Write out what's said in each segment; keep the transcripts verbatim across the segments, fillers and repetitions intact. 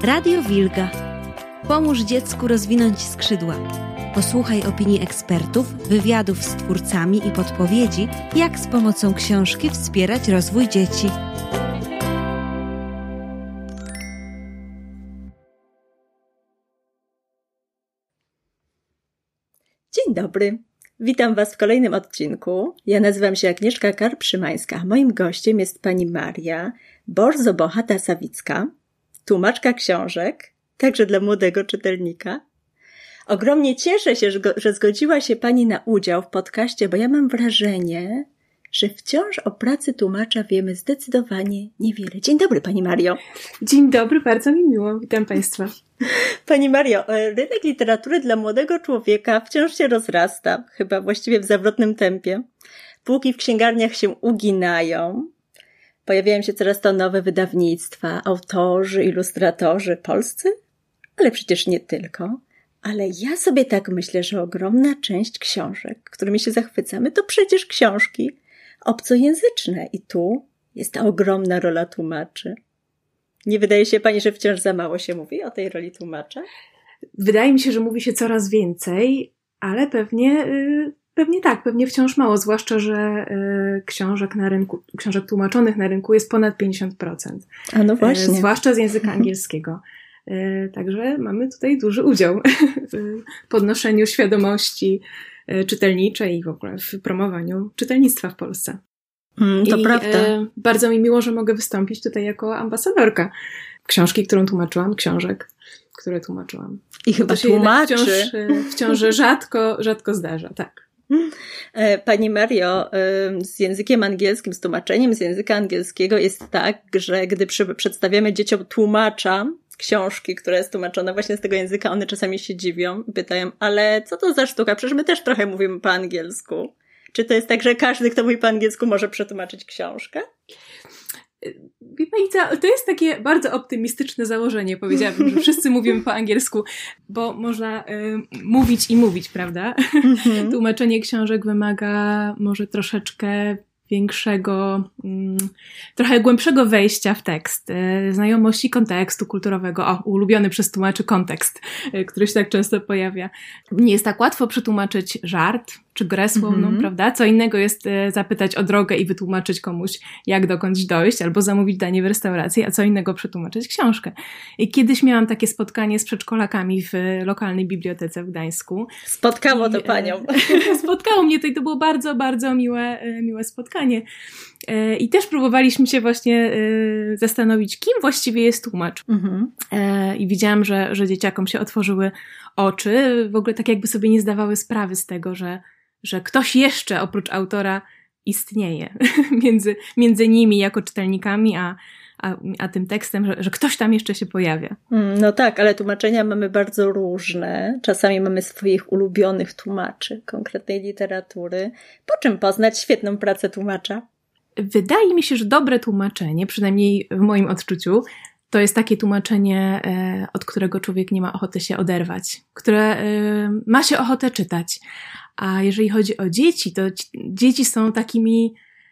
Radio Wilga. Pomóż dziecku rozwinąć skrzydła. Posłuchaj opinii ekspertów, wywiadów z twórcami i podpowiedzi, jak z pomocą książki wspierać rozwój dzieci. Dzień dobry. Witam Was w kolejnym odcinku. Ja nazywam się Agnieszka Karp-Szymańska, a moim gościem jest pani Maria Borzo-Bohata-Sawicka, tłumaczka książek, także dla młodego czytelnika. Ogromnie cieszę się, że zgodziła się pani na udział w podcaście, bo ja mam wrażenie, że wciąż o pracy tłumacza wiemy zdecydowanie niewiele. Dzień dobry, pani Mario. Dzień dobry, bardzo mi miło. Witam państwa. Pani Mario, rynek literatury dla młodego człowieka wciąż się rozrasta, chyba właściwie w zawrotnym tempie. Półki w księgarniach się uginają. Pojawiają się coraz to nowe wydawnictwa, autorzy, ilustratorzy polscy, ale przecież nie tylko. Ale ja sobie tak myślę, że ogromna część książek, którymi się zachwycamy, to przecież książki obcojęzyczne. I tu jest ta ogromna rola tłumaczy. Nie wydaje się pani, że wciąż za mało się mówi o tej roli tłumacza? Wydaje mi się, że mówi się coraz więcej, ale pewnie, yy, pewnie tak, pewnie wciąż mało, zwłaszcza, że yy, książek na rynku, książek tłumaczonych na rynku jest ponad pięćdziesiąt procent. A no właśnie. Yy, zwłaszcza z języka angielskiego. Yy, także mamy tutaj duży udział w podnoszeniu świadomości yy, czytelniczej i w ogóle w promowaniu czytelnictwa w Polsce. Mm, to I prawda. E, bardzo mi miło, że mogę wystąpić tutaj jako ambasadorka książki, którą tłumaczyłam, książek, które tłumaczyłam. I chyba to się tłumaczy. Wciąż, wciąż rzadko, rzadko zdarza, tak. Pani Mario, z językiem angielskim, z tłumaczeniem z języka angielskiego jest tak, że gdy przy, przedstawiamy dzieciom tłumacza książki, która jest tłumaczona właśnie z tego języka, one czasami się dziwią i pytają, ale co to za sztuka? Przecież my też trochę mówimy po angielsku. Czy to jest tak, że każdy, kto mówi po angielsku, może przetłumaczyć książkę? Wie pani co, to jest takie bardzo optymistyczne założenie, powiedziałabym, że wszyscy mówimy po angielsku, bo można y, mówić i mówić, prawda? Mm-hmm. Tłumaczenie książek wymaga może troszeczkę większego, mm, trochę głębszego wejścia w tekst, y, znajomości kontekstu kulturowego, o, ulubiony przez tłumaczy kontekst, y, który się tak często pojawia. Nie jest tak łatwo przetłumaczyć żart, czy grę słowną, mm-hmm. prawda? Co innego jest e, zapytać o drogę i wytłumaczyć komuś, jak dokądś dojść, albo zamówić danie w restauracji, a co innego przetłumaczyć książkę. I kiedyś miałam takie spotkanie z przedszkolakami w lokalnej bibliotece w Gdańsku. Spotkało I, to panią. E, spotkało mnie to i to było bardzo, bardzo miłe, e, miłe spotkanie. E, I też próbowaliśmy się właśnie e, zastanowić, kim właściwie jest tłumacz. Mm-hmm. E, I widziałam, że, że dzieciakom się otworzyły oczy, w ogóle tak jakby sobie nie zdawały sprawy z tego, że że ktoś jeszcze oprócz autora istnieje między, między nimi jako czytelnikami, a, a, a tym tekstem, że, że ktoś tam jeszcze się pojawia. No tak, ale tłumaczenia mamy bardzo różne. Czasami mamy swoich ulubionych tłumaczy konkretnej literatury. Po czym poznać świetną pracę tłumacza? Wydaje mi się, że dobre tłumaczenie, przynajmniej w moim odczuciu, to jest takie tłumaczenie, e, od którego człowiek nie ma ochoty się oderwać, które e, ma się ochotę czytać. A jeżeli chodzi o dzieci, to ci, dzieci są takimi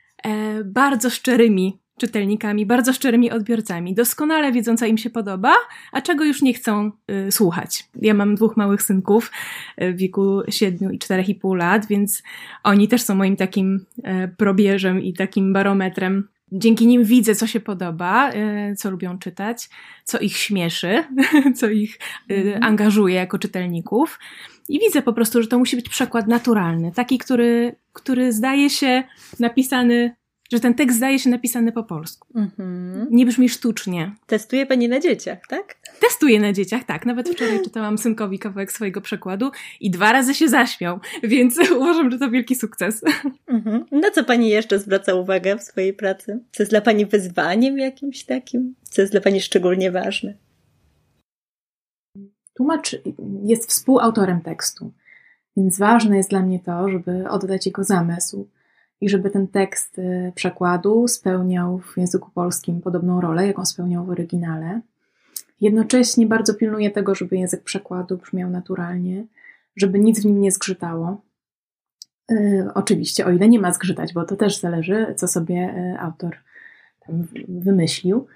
e, bardzo szczerymi czytelnikami, bardzo szczerymi odbiorcami, doskonale wiedzą, co im się podoba, a czego już nie chcą y, słuchać. Ja mam dwóch małych synków w wieku siedmiu i czterech i pół lat, więc oni też są moim takim e, probierzem i takim barometrem. Dzięki nim widzę, co się podoba, y, co lubią czytać, co ich śmieszy, co ich y, angażuje jako czytelników. I widzę po prostu, że to musi być przekład naturalny, taki, który, który zdaje się napisany, że ten tekst zdaje się napisany po polsku. Mm-hmm. Nie brzmi sztucznie. Testuje pani na dzieciach, tak? Testuję na dzieciach, tak. Nawet wczoraj czytałam synkowi kawałek swojego przekładu i dwa razy się zaśmiał, więc uważam, że to wielki sukces. Mm-hmm. Na co pani jeszcze zwraca uwagę w swojej pracy? Co jest dla pani wyzwaniem jakimś takim? Co jest dla pani szczególnie ważne? Tłumacz jest współautorem tekstu, więc ważne jest dla mnie to, żeby oddać jego zamysł i żeby ten tekst przekładu spełniał w języku polskim podobną rolę, jaką spełniał w oryginale. Jednocześnie bardzo pilnuję tego, żeby język przekładu brzmiał naturalnie, żeby nic w nim nie zgrzytało. Yy, oczywiście, o ile nie ma zgrzytać, bo to też zależy, co sobie autor tam wymyślił.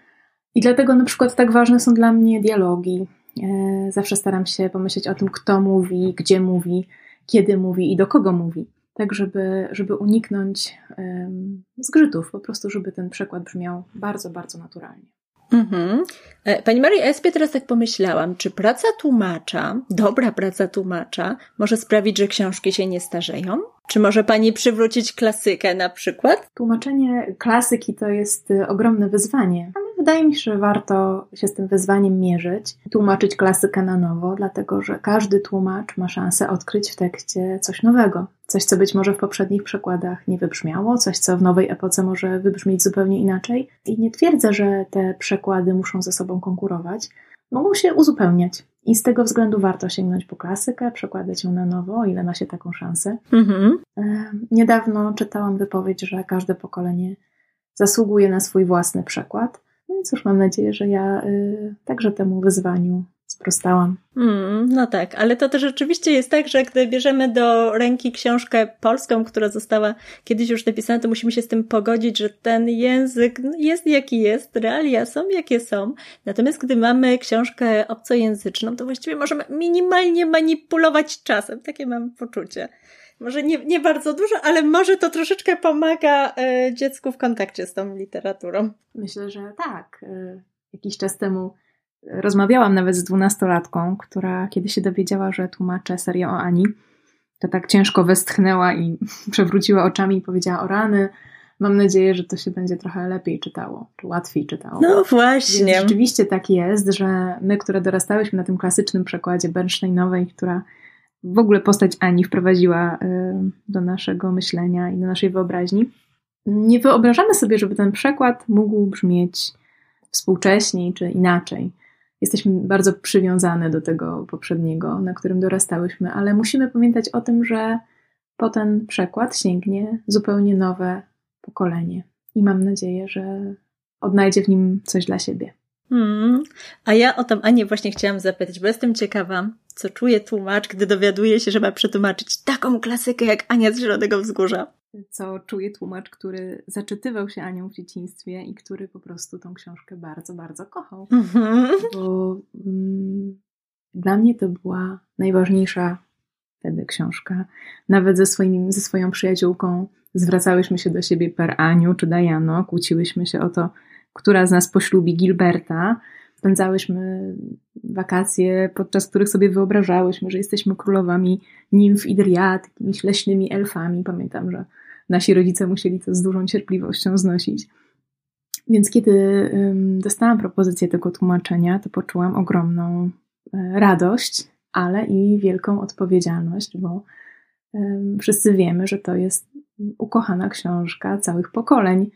I dlatego na przykład tak ważne są dla mnie dialogi. Zawsze staram się pomyśleć o tym, kto mówi, gdzie mówi, kiedy mówi i do kogo mówi. Tak, żeby, żeby uniknąć um, zgrzytów, po prostu, żeby ten przekład brzmiał bardzo, bardzo naturalnie. Mhm. Pani Marii, ja sobie teraz tak pomyślałam, czy praca tłumacza, dobra praca tłumacza może sprawić, że książki się nie starzeją? Czy może Pani przywrócić klasykę na przykład? Tłumaczenie klasyki to jest ogromne wyzwanie, ale wydaje mi się, że warto się z tym wyzwaniem mierzyć, tłumaczyć klasykę na nowo, dlatego że każdy tłumacz ma szansę odkryć w tekście coś nowego. Coś, co być może w poprzednich przekładach nie wybrzmiało, coś, co w nowej epoce może wybrzmieć zupełnie inaczej. I nie twierdzę, że te przekłady muszą ze sobą konkurować. Mogą się uzupełniać. I z tego względu warto sięgnąć po klasykę, przekładać ją na nowo, o ile ma się taką szansę. Mhm. Niedawno czytałam wypowiedź, że każde pokolenie zasługuje na swój własny przekład. No i cóż, mam nadzieję, że ja y, także temu wyzwaniu sprostałam. Mm, no tak, ale to też rzeczywiście jest tak, że gdy bierzemy do ręki książkę polską, która została kiedyś już napisana, to musimy się z tym pogodzić, że ten język jest jaki jest, realia są jakie są. Natomiast gdy mamy książkę obcojęzyczną, to właściwie możemy minimalnie manipulować czasem. Takie mam poczucie. Może nie, nie bardzo dużo, ale może to troszeczkę pomaga y, dziecku w kontakcie z tą literaturą. Myślę, że tak. Y, jakiś czas temu rozmawiałam nawet z dwunastolatką, która kiedy się dowiedziała, że tłumaczę serię o Ani, to tak ciężko westchnęła i przewróciła oczami i powiedziała: o rany, mam nadzieję, że to się będzie trochę lepiej czytało, czy łatwiej czytało. No właśnie. Więc rzeczywiście tak jest, że my, które dorastałyśmy na tym klasycznym przekładzie Bernsteinowej, która w ogóle postać Ani wprowadziła y, do naszego myślenia i do naszej wyobraźni, nie wyobrażamy sobie, żeby ten przekład mógł brzmieć współcześniej czy inaczej. Jesteśmy bardzo przywiązane do tego poprzedniego, na którym dorastałyśmy, ale musimy pamiętać o tym, że po ten przekład sięgnie zupełnie nowe pokolenie. I mam nadzieję, że odnajdzie w nim coś dla siebie. Hmm. A ja o tą Anię właśnie chciałam zapytać, bo jestem ciekawa, co czuje tłumacz, gdy dowiaduje się, że ma przetłumaczyć taką klasykę jak Ania z Zielonego Wzgórza. Co czuje tłumacz, który zaczytywał się Anią w dzieciństwie i który po prostu tą książkę bardzo, bardzo kochał. Mm-hmm. Bo mm, dla mnie to była najważniejsza wtedy książka. Nawet ze, swoim, ze swoją przyjaciółką zwracałyśmy się do siebie per Aniu czy Diano, kłóciłyśmy się o to, która z nas poślubi Gilberta. Spędzałyśmy wakacje, podczas których sobie wyobrażałyśmy, że jesteśmy królowami nimf i driad, jakimiś leśnymi elfami. Pamiętam, że nasi rodzice musieli to z dużą cierpliwością znosić. Więc kiedy um, dostałam propozycję tego tłumaczenia, to poczułam ogromną e, radość, ale i wielką odpowiedzialność, bo um, wszyscy wiemy, że to jest ukochana książka całych pokoleń.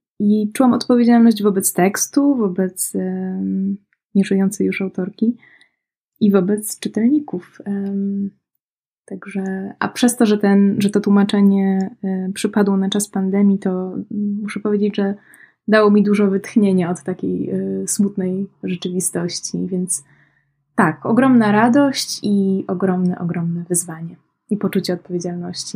I czułam odpowiedzialność wobec tekstu, wobec um, nieżyjącej już autorki i wobec czytelników. Um, także, a przez to, że, ten, że to tłumaczenie um, przypadło na czas pandemii, to um, muszę powiedzieć, że dało mi dużo wytchnienia od takiej um, smutnej rzeczywistości. Więc tak, ogromna radość i ogromne, ogromne wyzwanie i poczucie odpowiedzialności.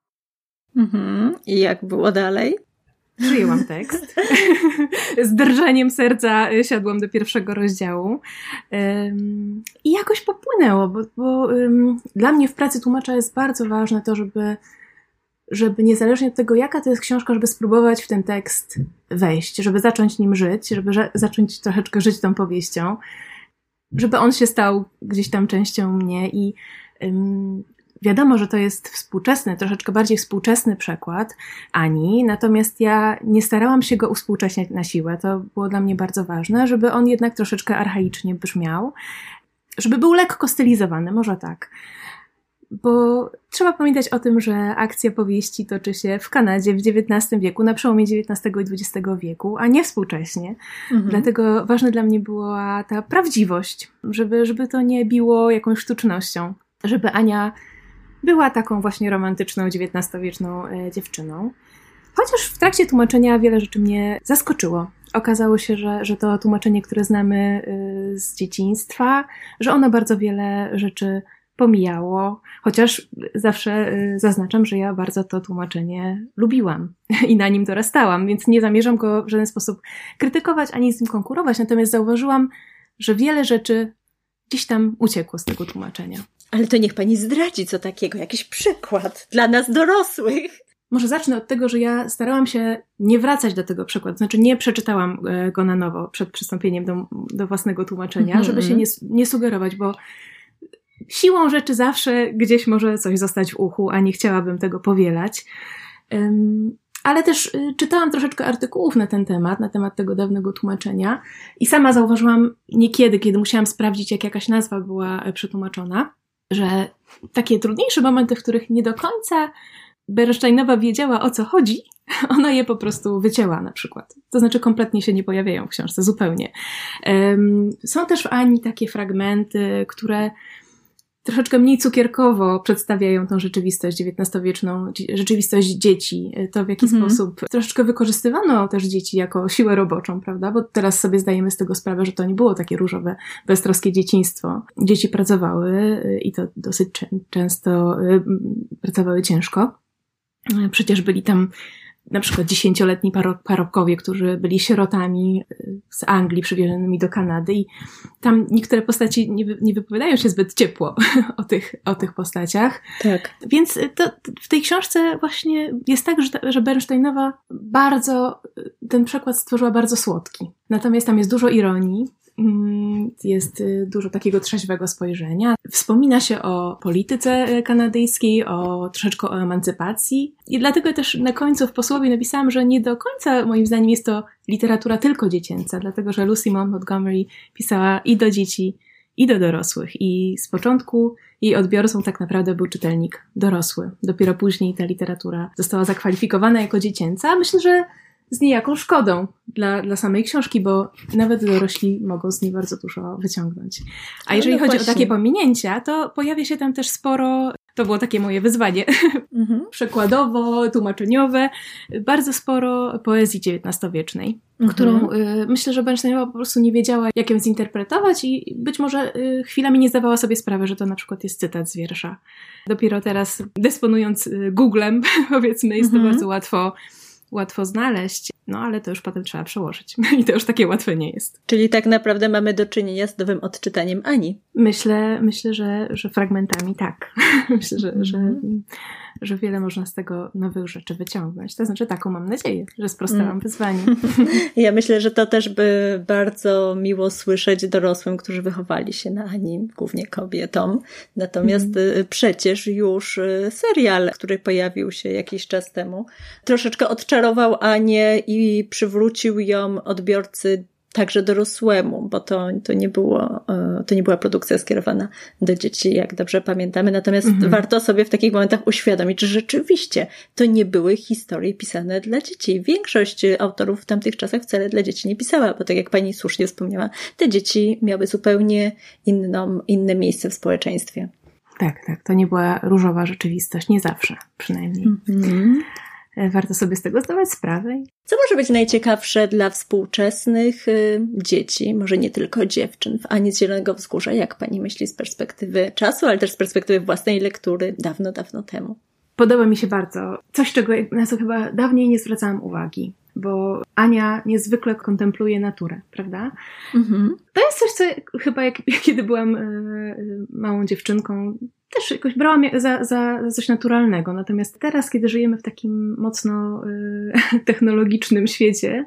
Mhm. I jak było dalej? Przyjęłam tekst. Z drżeniem serca siadłam do pierwszego rozdziału. Um, I jakoś popłynęło, bo, bo um, dla mnie w pracy tłumacza jest bardzo ważne to, żeby, żeby niezależnie od tego, jaka to jest książka, żeby spróbować w ten tekst wejść, żeby zacząć nim żyć, żeby że, zacząć troszeczkę żyć tą powieścią, żeby on się stał gdzieś tam częścią mnie i um, wiadomo, że to jest współczesny, troszeczkę bardziej współczesny przekład Ani, natomiast ja nie starałam się go uwspółcześniać na siłę. To było dla mnie bardzo ważne, żeby on jednak troszeczkę archaicznie brzmiał, żeby był lekko stylizowany, może tak. Bo trzeba pamiętać o tym, że akcja powieści toczy się w Kanadzie w dziewiętnastym wieku, na przełomie dziewiętnastego i dwudziestego wieku, a nie współcześnie. Mhm. Dlatego ważne dla mnie była ta prawdziwość, żeby, żeby to nie biło jakąś sztucznością, żeby Ania była taką właśnie romantyczną, dziewiętnastowieczną e, dziewczyną. Chociaż w trakcie tłumaczenia wiele rzeczy mnie zaskoczyło. Okazało się, że, że to tłumaczenie, które znamy y, z dzieciństwa, że ono bardzo wiele rzeczy pomijało, chociaż zawsze zaznaczam, że ja bardzo to tłumaczenie lubiłam i na nim dorastałam, więc nie zamierzam go w żaden sposób krytykować ani z nim konkurować, natomiast zauważyłam, że wiele rzeczy gdzieś tam uciekło z tego tłumaczenia. Ale to niech pani zdradzi co takiego, jakiś przykład dla nas dorosłych. Może zacznę od tego, że ja starałam się nie wracać do tego przykładu, znaczy nie przeczytałam go na nowo przed przystąpieniem do, do własnego tłumaczenia, mm-hmm. żeby się nie, nie sugerować, bo siłą rzeczy zawsze gdzieś może coś zostać w uchu, a nie chciałabym tego powielać. Um, ale też y, czytałam troszeczkę artykułów na ten temat, na temat tego dawnego tłumaczenia i sama zauważyłam niekiedy, kiedy musiałam sprawdzić, jak jakaś nazwa była przetłumaczona, że takie trudniejsze momenty, w których nie do końca Bernsteinowa wiedziała, o co chodzi, ona je po prostu wycięła na przykład. To znaczy kompletnie się nie pojawiają w książce, zupełnie. Um, są też w Ani takie fragmenty, które troszeczkę mniej cukierkowo przedstawiają tą rzeczywistość dziewiętnastowieczną, rzeczywistość dzieci, to w jaki mm-hmm. sposób troszeczkę wykorzystywano też dzieci jako siłę roboczą, prawda? Bo teraz sobie zdajemy z tego sprawę, że to nie było takie różowe, beztroskie dzieciństwo. Dzieci pracowały i to dosyć często pracowały ciężko. Przecież byli tam na przykład dziesięcioletni paro- parobkowie, którzy byli sierotami z Anglii przywiezionymi do Kanady i tam niektóre postaci nie, wy- nie wypowiadają się zbyt ciepło o tych, o tych postaciach. Tak. Więc to w tej książce właśnie jest tak, że, ta, że Bernsteinowa bardzo, ten przekład stworzyła bardzo słodki. Natomiast tam jest dużo ironii. Jest dużo takiego trzeźwego spojrzenia. Wspomina się o polityce kanadyjskiej, o troszeczkę o emancypacji i dlatego też na końcu w posłowie napisałam, że nie do końca moim zdaniem jest to literatura tylko dziecięca, dlatego że Lucy Maud Montgomery pisała i do dzieci, i do dorosłych i z początku jej odbiorcą tak naprawdę był czytelnik dorosły. Dopiero później ta literatura została zakwalifikowana jako dziecięca. Myślę, że z niejaką szkodą dla, dla samej książki, bo nawet dorośli mogą z niej bardzo dużo wyciągnąć. A jeżeli no, no chodzi właśnie. o takie pominięcia, to pojawia się tam też sporo, to było takie moje wyzwanie, mm-hmm. przekładowo, tłumaczeniowe, bardzo sporo poezji dziewiętnastowiecznej, mm-hmm. którą y, myślę, że Bernsteinowa po prostu nie wiedziała, jak ją zinterpretować i być może y, chwilami nie zdawała sobie sprawy, że to na przykład jest cytat z wiersza. Dopiero teraz, dysponując y, Googlem, powiedzmy, jest mm-hmm. to bardzo łatwo łatwo znaleźć, no ale to już potem trzeba przełożyć. I to już takie łatwe nie jest. Czyli tak naprawdę mamy do czynienia z nowym odczytaniem Ani. Myślę, myślę, że, że fragmentami tak. Myślę, że, mm. że, że wiele można z tego nowych rzeczy wyciągnąć. To znaczy taką mam nadzieję, że sprostałam mm. wyzwaniu. Ja myślę, że to też by bardzo miło słyszeć dorosłym, którzy wychowali się na Ani, głównie kobietom. Natomiast mm. przecież już serial, który pojawił się jakiś czas temu, troszeczkę odczarował Anię i przywrócił ją odbiorcy także dorosłemu, bo to, to nie było, to nie była produkcja skierowana do dzieci, jak dobrze pamiętamy. Natomiast mhm. warto sobie w takich momentach uświadomić, że rzeczywiście to nie były historie pisane dla dzieci. Większość autorów w tamtych czasach wcale dla dzieci nie pisała, bo tak jak pani słusznie wspomniała, te dzieci miały zupełnie inną, inne miejsce w społeczeństwie. Tak, tak. To nie była różowa rzeczywistość. Nie zawsze, przynajmniej. Mhm. Warto sobie z tego zdawać sprawę. Co może być najciekawsze dla współczesnych y, dzieci, może nie tylko dziewczyn, w Ani z Zielonego Wzgórza, jak pani myśli z perspektywy czasu, ale też z perspektywy własnej lektury dawno, dawno temu? Podoba mi się bardzo. Coś, czego na co chyba dawniej nie zwracałam uwagi, bo Ania niezwykle kontempluje naturę, prawda? Mhm. To jest coś, co chyba jak, kiedy byłam y, małą dziewczynką, też jakoś brałam za, za, za coś naturalnego. Natomiast teraz, kiedy żyjemy w takim mocno y, technologicznym świecie,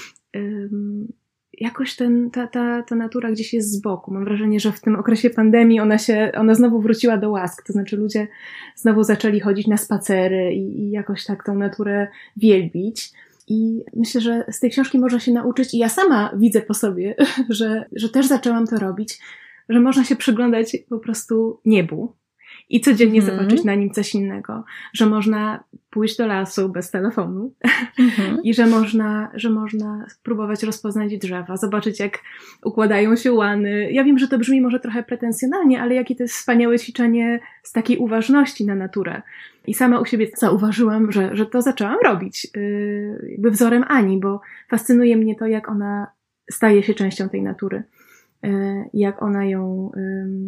y, jakoś ten, ta, ta, ta natura gdzieś jest z boku. Mam wrażenie, że w tym okresie pandemii ona się, ona znowu wróciła do łask. To znaczy ludzie znowu zaczęli chodzić na spacery i, i jakoś tak tą naturę wielbić. I myślę, że z tej książki można się nauczyć i ja sama widzę po sobie, że, że też zaczęłam to robić, że można się przyglądać po prostu niebu i codziennie mm-hmm. zobaczyć na nim coś innego, że można pójść do lasu bez telefonu mm-hmm. i że można, że można spróbować rozpoznać drzewa, zobaczyć jak układają się łany. Ja wiem, że to brzmi może trochę pretensjonalnie, ale jakie to jest wspaniałe ćwiczenie z takiej uważności na naturę. I sama u siebie zauważyłam, że, że to zaczęłam robić yy, jakby wzorem Ani, bo fascynuje mnie to, jak ona staje się częścią tej natury. Jak ona ją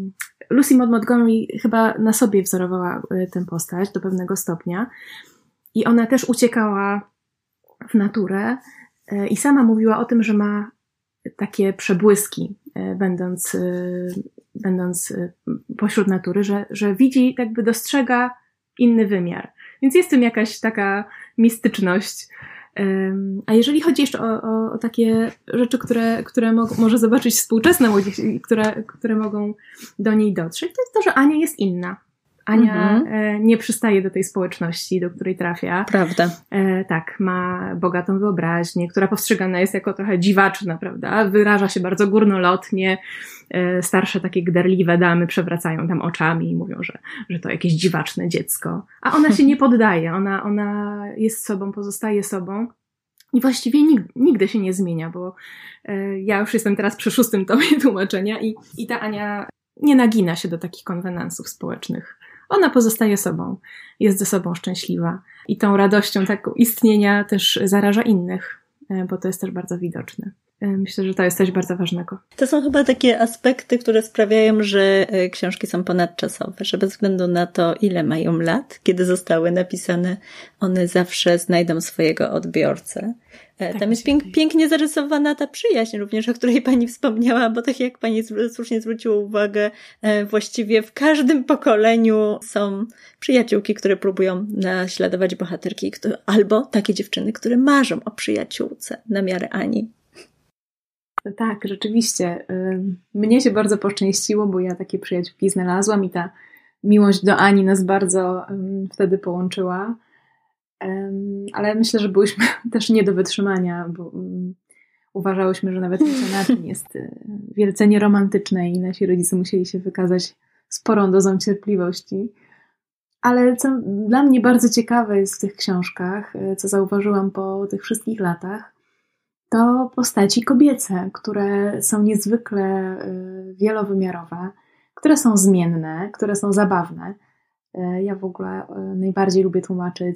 Lucy Maud Montgomery chyba na sobie wzorowała tę postać do pewnego stopnia i ona też uciekała w naturę i sama mówiła o tym, że ma takie przebłyski, będąc, będąc pośród natury, że, że widzi, jakby dostrzega inny wymiar. Więc jest w tym jakaś taka mistyczność. A jeżeli chodzi jeszcze o, o, o takie rzeczy, które, które mo- może zobaczyć współczesna młodzież i które, które mogą do niej dotrzeć, to jest to, że Ania jest inna. Ania mhm. nie przystaje do tej społeczności, do której trafia. Prawda. E, tak, ma bogatą wyobraźnię, która postrzegana jest jako trochę dziwaczna, prawda? Wyraża się bardzo górnolotnie. E, starsze takie gderliwe damy przewracają tam oczami i mówią, że, że to jakieś dziwaczne dziecko. A ona się nie poddaje. Ona, ona jest sobą, pozostaje sobą. I właściwie nigdy, nigdy się nie zmienia, bo e, ja już jestem teraz przy szóstym tomie tłumaczenia i, i ta Ania nie nagina się do takich konwenansów społecznych. Ona pozostaje sobą, jest ze sobą szczęśliwa i tą radością taką istnienia też zaraża innych, bo to jest też bardzo widoczne. Myślę, że to jest coś bardzo ważnego. To są chyba takie aspekty, które sprawiają, że książki są ponadczasowe, że bez względu na to, ile mają lat, kiedy zostały napisane, one zawsze znajdą swojego odbiorcę. Tak, tam jest pięk, pięknie zarysowana ta przyjaźń również, o której pani wspomniała, bo tak jak pani słusznie zwróciła uwagę, właściwie w każdym pokoleniu są przyjaciółki, które próbują naśladować bohaterki, albo takie dziewczyny, które marzą o przyjaciółce na miarę Ani. Tak, rzeczywiście. Mnie się bardzo poszczęściło, bo ja takie przyjaciółki znalazłam i ta miłość do Ani nas bardzo wtedy połączyła. Ale myślę, że byłyśmy też nie do wytrzymania, bo uważałyśmy, że nawet Martin jest wielce nieromantyczne i nasi rodzice musieli się wykazać sporą dozą cierpliwości. Ale co dla mnie bardzo ciekawe jest w tych książkach, co zauważyłam po tych wszystkich latach, to postaci kobiece, które są niezwykle wielowymiarowe, które są zmienne, które są zabawne. Ja w ogóle najbardziej lubię tłumaczyć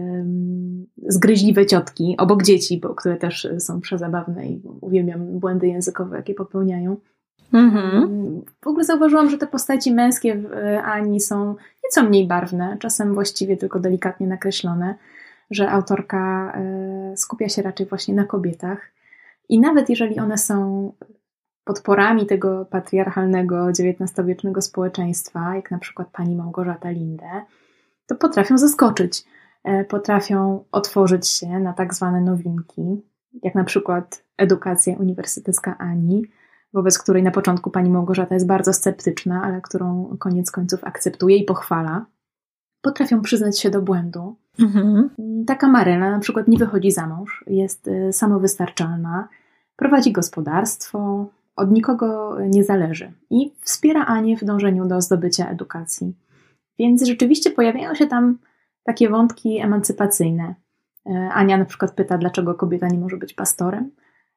zgryźliwe ciotki obok dzieci, bo które też są przezabawne i uwielbiam błędy językowe, jakie popełniają. Mhm. W ogóle zauważyłam, że te postaci męskie w Ani są nieco mniej barwne, czasem właściwie tylko delikatnie nakreślone, że autorka skupia się raczej właśnie na kobietach. I nawet jeżeli one są podporami tego patriarchalnego dziewiętnastowiecznego społeczeństwa, jak na przykład pani Małgorzata Linde, to potrafią zaskoczyć. Potrafią otworzyć się na tak zwane nowinki, jak na przykład edukacja uniwersytecka Ani, wobec której na początku pani Małgorzata jest bardzo sceptyczna, ale którą koniec końców akceptuje i pochwala. Potrafią przyznać się do błędu. Mhm. Taka Maryla na przykład nie wychodzi za mąż, jest samowystarczalna, prowadzi gospodarstwo, od nikogo nie zależy i wspiera Anię w dążeniu do zdobycia edukacji. Więc rzeczywiście pojawiają się tam takie wątki emancypacyjne. Ania na przykład pyta, dlaczego kobieta nie może być pastorem.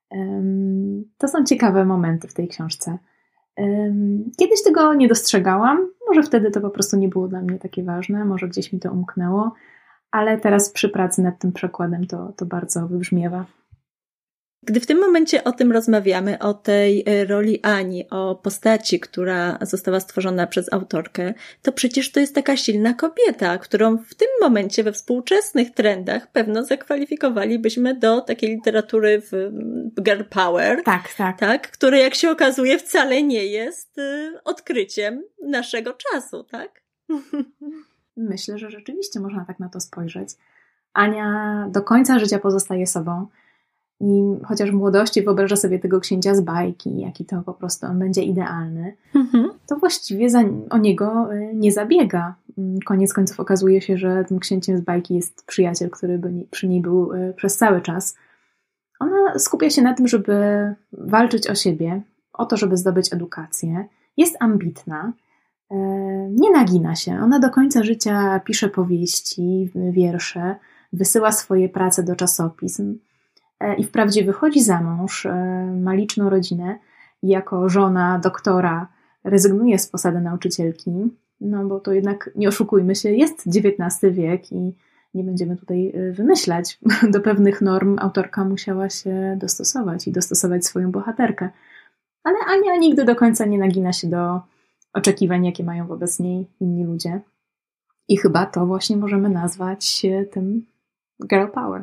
To są ciekawe momenty w tej książce. Kiedyś tego nie dostrzegałam, może wtedy to po prostu nie było dla mnie takie ważne, może gdzieś mi to umknęło, ale teraz przy pracy nad tym przekładem to, to bardzo wybrzmiewa. Gdy w tym momencie o tym rozmawiamy, o tej roli Ani, o postaci, która została stworzona przez autorkę, to przecież to jest taka silna kobieta, którą w tym momencie we współczesnych trendach pewno zakwalifikowalibyśmy do takiej literatury w girl power. Tak, tak. Tak, które jak się okazuje wcale nie jest odkryciem naszego czasu, tak? Myślę, że rzeczywiście można tak na to spojrzeć. Ania do końca życia pozostaje sobą. I chociaż w młodości wyobraża sobie tego księcia z bajki, jaki to po prostu on będzie idealny, mhm. to właściwie za, o niego nie zabiega. Koniec końców okazuje się, że tym księciem z bajki jest przyjaciel, który by przy niej był przez cały czas. Ona skupia się na tym, żeby walczyć o siebie, o to, żeby zdobyć edukację. Jest ambitna, nie nagina się. Ona do końca życia pisze powieści, wiersze, wysyła swoje prace do czasopism. I wprawdzie wychodzi za mąż, ma liczną rodzinę i jako żona doktora rezygnuje z posady nauczycielki, no bo to jednak, nie oszukujmy się, jest dziewiętnasty wiek i nie będziemy tutaj wymyślać. Do pewnych norm autorka musiała się dostosować i dostosować swoją bohaterkę. Ale Ania nigdy do końca nie nagina się do oczekiwań, jakie mają wobec niej inni ludzie. I chyba to właśnie możemy nazwać tym girl power.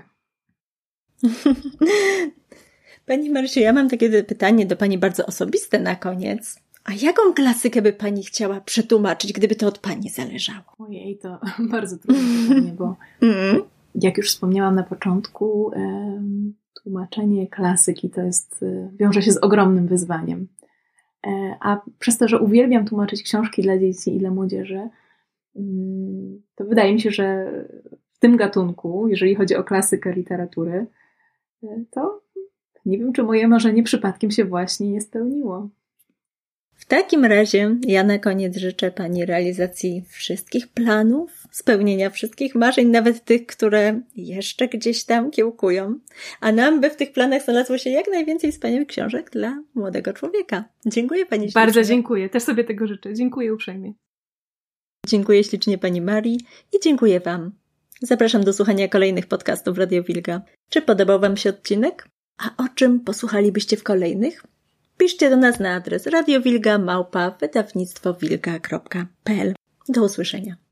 Pani Marysiu, ja mam takie pytanie do Pani bardzo osobiste na koniec. A jaką klasykę by Pani chciała przetłumaczyć, gdyby to od Pani zależało? Ojej, to bardzo trudne pytanie, bo mm. jak już wspomniałam na początku, um, tłumaczenie klasyki to jest, wiąże się z ogromnym wyzwaniem. E, a przez to, że uwielbiam tłumaczyć książki dla dzieci i dla młodzieży, um, to wydaje mi się, że w tym gatunku, jeżeli chodzi o klasykę literatury, to nie wiem, czy moje marzenie przypadkiem się właśnie nie spełniło. W takim razie ja na koniec życzę Pani realizacji wszystkich planów, spełnienia wszystkich marzeń, nawet tych, które jeszcze gdzieś tam kiełkują, a nam by w tych planach znalazło się jak najwięcej wspaniałych książek dla młodego człowieka. Dziękuję Pani ślicznie. Bardzo dziękuję, też sobie tego życzę. Dziękuję uprzejmie. Dziękuję ślicznie Pani Marii i dziękuję Wam. Zapraszam do słuchania kolejnych podcastów Radio Wilga. Czy podobał Wam się odcinek? A o czym posłuchalibyście w kolejnych? Piszcie do nas na adres radiowilga małpa wydawnictwo wilga kropka p l. Do usłyszenia.